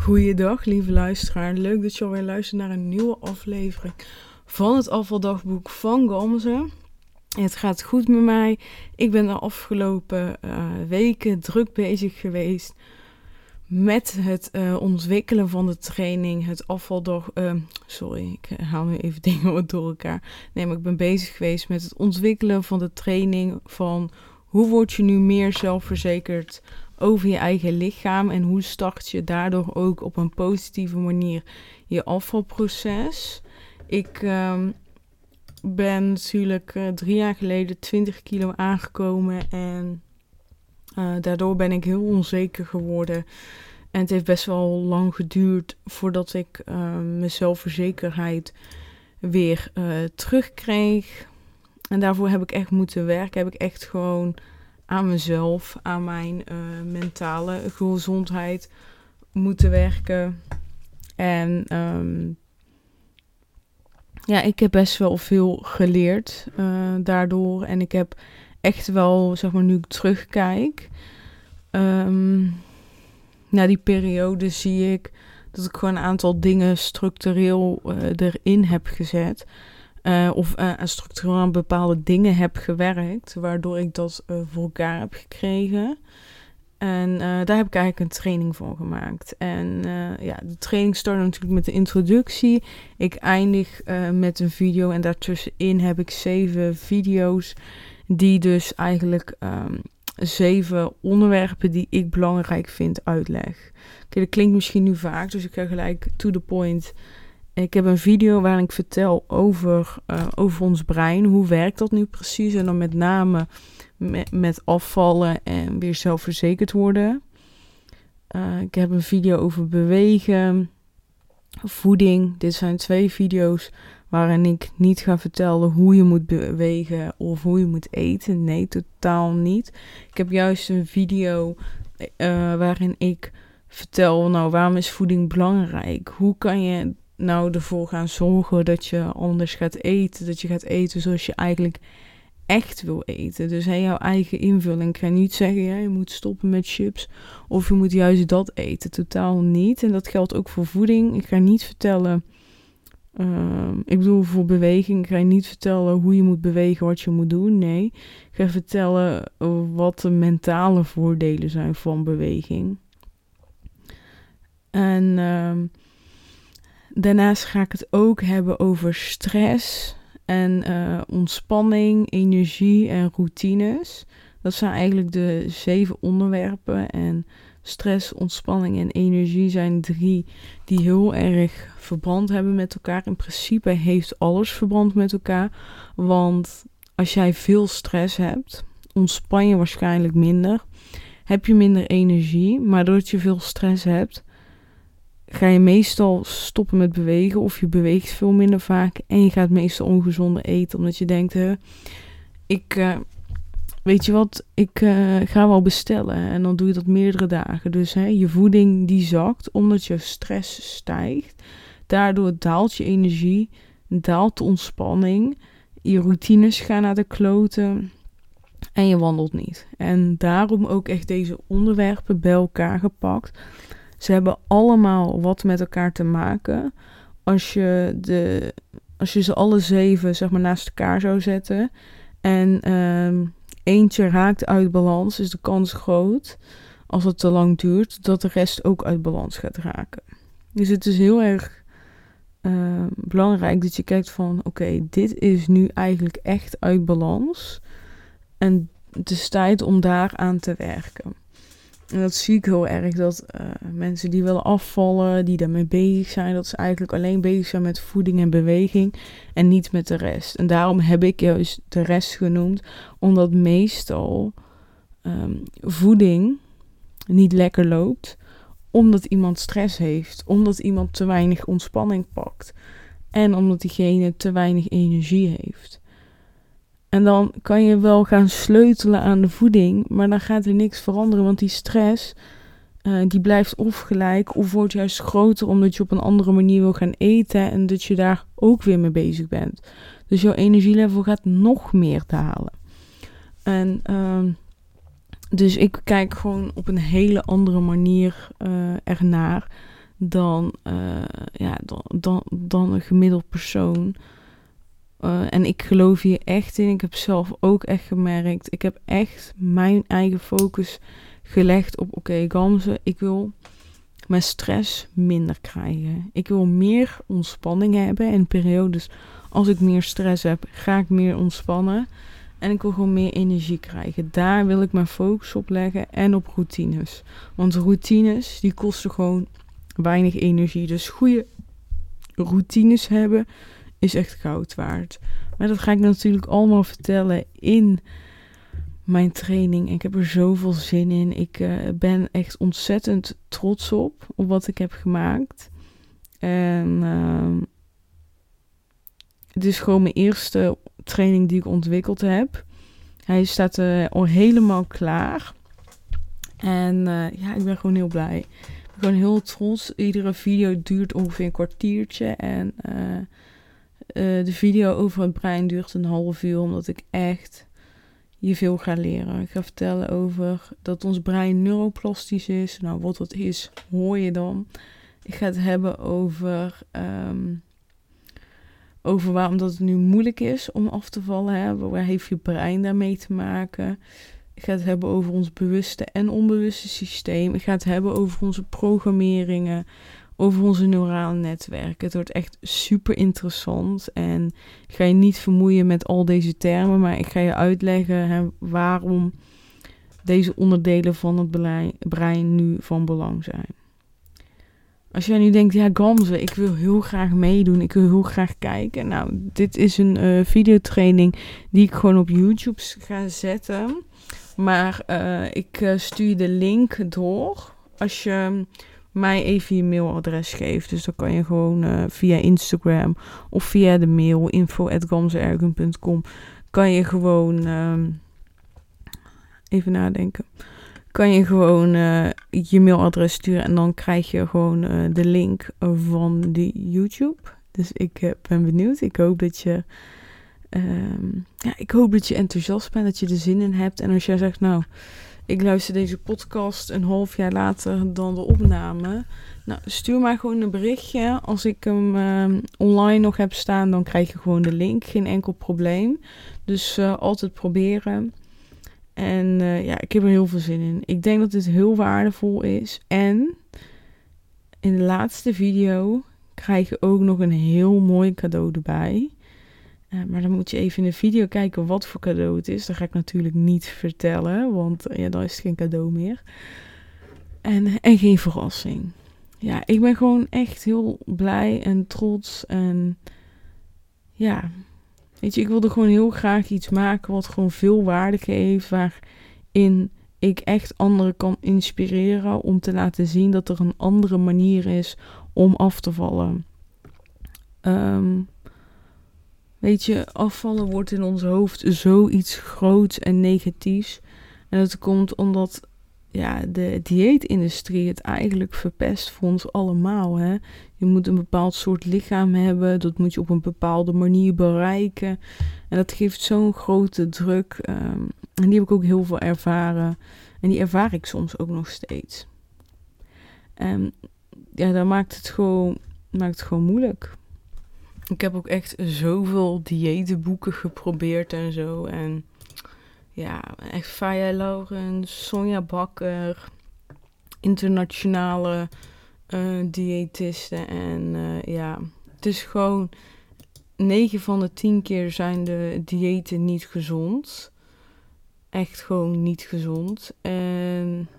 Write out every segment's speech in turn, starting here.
Goeiedag, lieve luisteraar. Leuk dat je alweer luistert naar een nieuwe aflevering van het afvaldagboek van Gamze. Het gaat goed met mij. Ik ben de afgelopen weken druk bezig geweest met het ontwikkelen van de training, het afvaldag... ik haal nu even dingen wat door elkaar. Nee, maar ik ben bezig geweest met het ontwikkelen van de training van hoe word je nu meer zelfverzekerd over je eigen lichaam en hoe start je daardoor ook op een positieve manier je afvalproces. Ik ben natuurlijk 3 jaar geleden 20 kilo aangekomen en daardoor ben ik heel onzeker geworden. En het heeft best wel lang geduurd voordat ik mijn zelfverzekerheid weer terugkreeg. En daarvoor heb ik echt moeten werken. Heb ik echt gewoon aan mezelf, aan mijn mentale gezondheid moeten werken. En ik heb best wel veel geleerd daardoor. En ik heb echt wel, zeg maar, nu ik terugkijk, na die periode zie ik dat ik gewoon een aantal dingen structureel erin heb gezet. Of structureel aan bepaalde dingen heb gewerkt, waardoor ik dat voor elkaar heb gekregen. En daar heb ik eigenlijk een training van gemaakt. En de training start natuurlijk met de introductie. Ik eindig met een video en daartussenin heb ik 7 video's die dus eigenlijk 7 onderwerpen die ik belangrijk vind uitleg. Oké, dat klinkt misschien nu vaak, dus ik ga gelijk to the point. Ik heb een video waarin ik vertel over ons brein. Hoe werkt dat nu precies? En dan met name met afvallen en weer zelfverzekerd worden. Ik heb een video over bewegen, voeding. Dit zijn 2 video's waarin ik niet ga vertellen hoe je moet bewegen of hoe je moet eten. Nee, totaal niet. Ik heb juist een video waarin ik vertel, waarom is voeding belangrijk? Hoe kan je ervoor gaan zorgen dat je anders gaat eten. Dat je gaat eten zoals je eigenlijk echt wil eten. Dus jouw eigen invulling. Ik ga niet zeggen, je moet stoppen met chips. Of je moet juist dat eten. Totaal niet. En dat geldt ook voor voeding. Ik ga niet vertellen... voor beweging. Ik ga je niet vertellen hoe je moet bewegen, wat je moet doen. Nee. Ik ga vertellen wat de mentale voordelen zijn van beweging. En... daarnaast ga ik het ook hebben over stress en ontspanning, energie en routines. Dat zijn eigenlijk de 7 onderwerpen. En stress, ontspanning en energie zijn 3 die heel erg verband hebben met elkaar. In principe heeft alles verband met elkaar. Want als jij veel stress hebt, ontspan je waarschijnlijk minder. Heb je minder energie, maar doordat je veel stress hebt, ga je meestal stoppen met bewegen of je beweegt veel minder vaak en je gaat meestal ongezonde eten, omdat je denkt, ik ga wel bestellen en dan doe je dat meerdere dagen. Dus je voeding die zakt omdat je stress stijgt, daardoor daalt je energie, daalt de ontspanning, je routines gaan naar de kloten en je wandelt niet. En daarom ook echt deze onderwerpen bij elkaar gepakt. Ze hebben allemaal wat met elkaar te maken. Als je ze alle 7 zeg maar naast elkaar zou zetten en eentje raakt uit balans, is de kans groot, als het te lang duurt, dat de rest ook uit balans gaat raken. Dus het is heel erg belangrijk dat je kijkt van, oké, dit is nu eigenlijk echt uit balans. En het is tijd om daaraan te werken. En dat zie ik heel erg, dat mensen die willen afvallen, die daarmee bezig zijn, dat ze eigenlijk alleen bezig zijn met voeding en beweging en niet met de rest. En daarom heb ik juist de rest genoemd, omdat meestal voeding niet lekker loopt, omdat iemand stress heeft, omdat iemand te weinig ontspanning pakt en omdat diegene te weinig energie heeft. En dan kan je wel gaan sleutelen aan de voeding, maar dan gaat er niks veranderen, want die stress, die blijft of gelijk of wordt juist groter omdat je op een andere manier wil gaan eten en dat je daar ook weer mee bezig bent. Dus jouw energielevel gaat nog meer dalen. En dus ik kijk gewoon op een hele andere manier ernaar dan een gemiddeld persoon. En ik geloof hier echt in. Ik heb zelf ook echt gemerkt. Ik heb echt mijn eigen focus gelegd op, oké, Gamze, ik wil mijn stress minder krijgen. Ik wil meer ontspanning hebben. In periodes, als ik meer stress heb, ga ik meer ontspannen. En ik wil gewoon meer energie krijgen. Daar wil ik mijn focus op leggen en op routines. Want routines, die kosten gewoon weinig energie. Dus goede routines hebben is echt goud waard. Maar dat ga ik natuurlijk allemaal vertellen in mijn training. Ik heb er zoveel zin in. Ik ben echt ontzettend trots op wat ik heb gemaakt. En het is gewoon mijn eerste training die ik ontwikkeld heb. Hij staat al helemaal klaar. En ik ben gewoon heel blij. Ik ben gewoon heel trots. Iedere video duurt ongeveer een kwartiertje. En de video over het brein duurt een half uur. Omdat ik echt je veel ga leren. Ik ga vertellen over dat ons brein neuroplastisch is. Nou, wat dat is, hoor je dan. Ik ga het hebben over waarom dat het nu moeilijk is om af te vallen. Hè? Waar heeft je brein daarmee te maken? Ik ga het hebben over ons bewuste en onbewuste systeem. Ik ga het hebben over onze programmeringen, over onze neurale netwerken. Het wordt echt super interessant. En ik ga je niet vermoeien met al deze termen, maar ik ga je uitleggen waarom deze onderdelen van het brein nu van belang zijn. Als jij nu denkt, ja Gamze, ik wil heel graag meedoen, ik wil heel graag kijken. Nou, dit is een videotraining die ik gewoon op YouTube ga zetten. Maar ik stuur je de link door als je mij even je mailadres geeft. Dus dan kan je gewoon via Instagram of via de mail info@gamzeergun.com kan je gewoon even nadenken. Kan je gewoon je mailadres sturen en dan krijg je gewoon de link van die YouTube. Dus ik ben benieuwd. Ik hoop dat je enthousiast bent, dat je er zin in hebt. En als jij zegt, nou, ik luister deze podcast een half jaar later dan de opname. Nou, stuur mij gewoon een berichtje. Als ik hem online nog heb staan, dan krijg je gewoon de link. Geen enkel probleem. Dus altijd proberen. En ik heb er heel veel zin in. Ik denk dat dit heel waardevol is. En in de laatste video krijg je ook nog een heel mooi cadeau erbij. Maar dan moet je even in de video kijken wat voor cadeau het is. Dat ga ik natuurlijk niet vertellen, want dan is het geen cadeau meer. En geen verrassing. Ja, ik ben gewoon echt heel blij en trots. En ja, weet je, ik wilde gewoon heel graag iets maken wat gewoon veel waarde geeft. Waarin ik echt anderen kan inspireren om te laten zien dat er een andere manier is om af te vallen. Weet je, afvallen wordt in ons hoofd zoiets groots en negatiefs. En dat komt omdat de dieetindustrie het eigenlijk verpest voor ons allemaal. Hè? Je moet een bepaald soort lichaam hebben. Dat moet je op een bepaalde manier bereiken. En dat geeft zo'n grote druk. En die heb ik ook heel veel ervaren. En die ervaar ik soms ook nog steeds. Dat maakt het gewoon moeilijk. Ik heb ook echt zoveel dieetboeken geprobeerd en zo. En ja, echt Faya Laurens, Sonja Bakker, internationale diëtisten. En het is gewoon 9 van de 10 keer zijn de diëten niet gezond. Echt gewoon niet gezond. En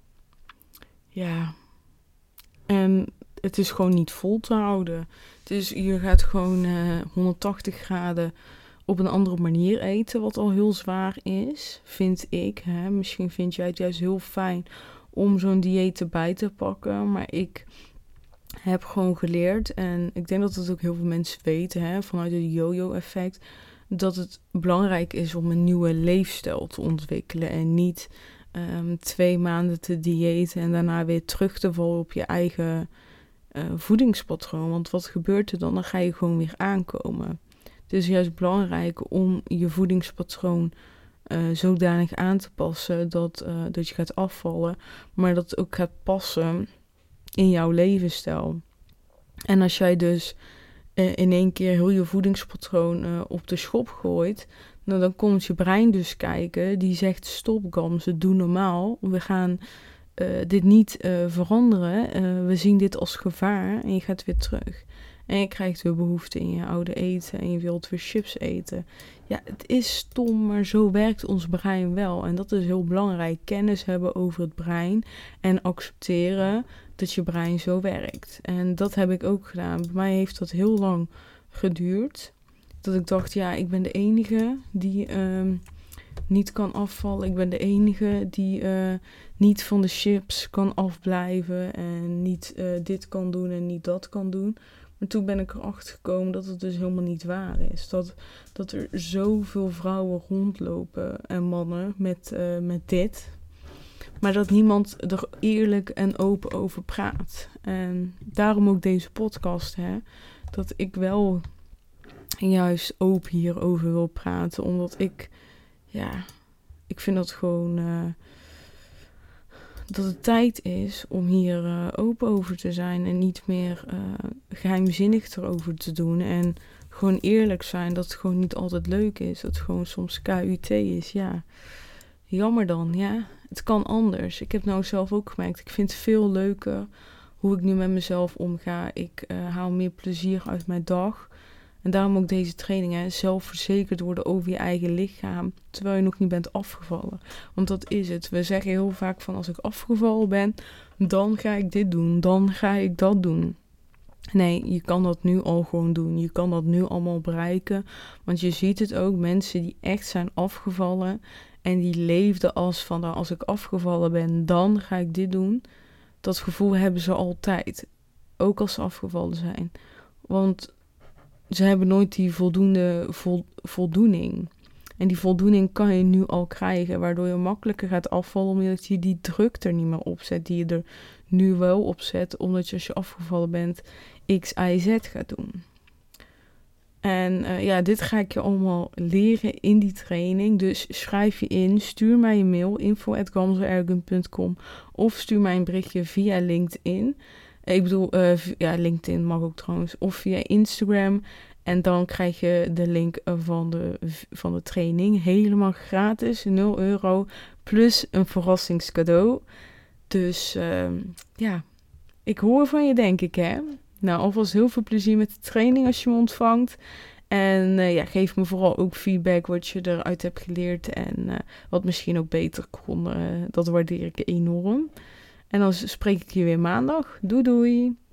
het is gewoon niet vol te houden. Dus je gaat gewoon 180 graden op een andere manier eten, wat al heel zwaar is, vind ik. Hè? Misschien vind jij het juist heel fijn om zo'n dieet erbij te pakken, maar ik heb gewoon geleerd, en ik denk dat het ook heel veel mensen weten, hè, vanuit het yo-yo-effect, dat het belangrijk is om een nieuwe leefstijl te ontwikkelen en niet 2 maanden te diëten en daarna weer terug te vallen op je eigen voedingspatroon. Want wat gebeurt er dan? Dan ga je gewoon weer aankomen. Het is juist belangrijk om je voedingspatroon zodanig aan te passen dat je gaat afvallen, maar dat het ook gaat passen in jouw levensstijl. En als jij dus in één keer heel je voedingspatroon op de schop gooit, nou, dan komt je brein dus kijken. Die zegt, stop Gamze, doe normaal. We gaan dit niet veranderen. We zien dit als gevaar en je gaat weer terug. En je krijgt weer behoefte in je oude eten en je wilt weer chips eten. Ja, het is stom, maar zo werkt ons brein wel. En dat is heel belangrijk. Kennis hebben over het brein en accepteren dat je brein zo werkt. En dat heb ik ook gedaan. Bij mij heeft dat heel lang geduurd. Dat ik dacht, ja, ik ben de enige die niet kan afvallen. Ik ben de enige die niet van de chips kan afblijven. En niet dit kan doen en niet dat kan doen. Maar toen ben ik erachter gekomen dat het dus helemaal niet waar is. Dat er zoveel vrouwen rondlopen en mannen met dit. Maar dat niemand er eerlijk en open over praat. En daarom ook deze podcast, hè. Dat ik wel juist open hierover wil praten. Omdat ik vind dat gewoon dat het tijd is om hier open over te zijn. En niet meer geheimzinnig erover te doen. En gewoon eerlijk zijn dat het gewoon niet altijd leuk is. Dat het gewoon soms KUT is, ja. Jammer dan, ja. Het kan anders. Ik heb nou zelf ook gemerkt. Ik vind het veel leuker hoe ik nu met mezelf omga. Ik haal meer plezier uit mijn dag. En daarom ook deze trainingen. Zelfverzekerd worden over je eigen lichaam. Terwijl je nog niet bent afgevallen. Want dat is het. We zeggen heel vaak van als ik afgevallen ben, dan ga ik dit doen. Dan ga ik dat doen. Nee, je kan dat nu al gewoon doen. Je kan dat nu allemaal bereiken. Want je ziet het ook. Mensen die echt zijn afgevallen. En die leefden als van, nou, als ik afgevallen ben, dan ga ik dit doen. Dat gevoel hebben ze altijd. Ook als ze afgevallen zijn. Want ze hebben nooit die voldoening. En die voldoening kan je nu al krijgen. Waardoor je makkelijker gaat afvallen. Omdat je die druk er niet meer op zet. Die je er nu wel op zet. Omdat je als je afgevallen bent X, Y, Z gaat doen. En dit ga ik je allemaal leren in die training. Dus schrijf je in, stuur mij een mail, info@gamzeergun.com of stuur mij een berichtje via LinkedIn. Ik bedoel, LinkedIn mag ook trouwens. Of via Instagram. En dan krijg je de link van de training. Helemaal gratis, €0. Plus een verrassingscadeau. Dus ik hoor van je, denk ik, hè. Nou, alvast heel veel plezier met de training als je me ontvangt. En geef me vooral ook feedback wat je eruit hebt geleerd. En wat misschien ook beter kon. Dat waardeer ik enorm. En dan spreek ik je weer maandag. Doei doei!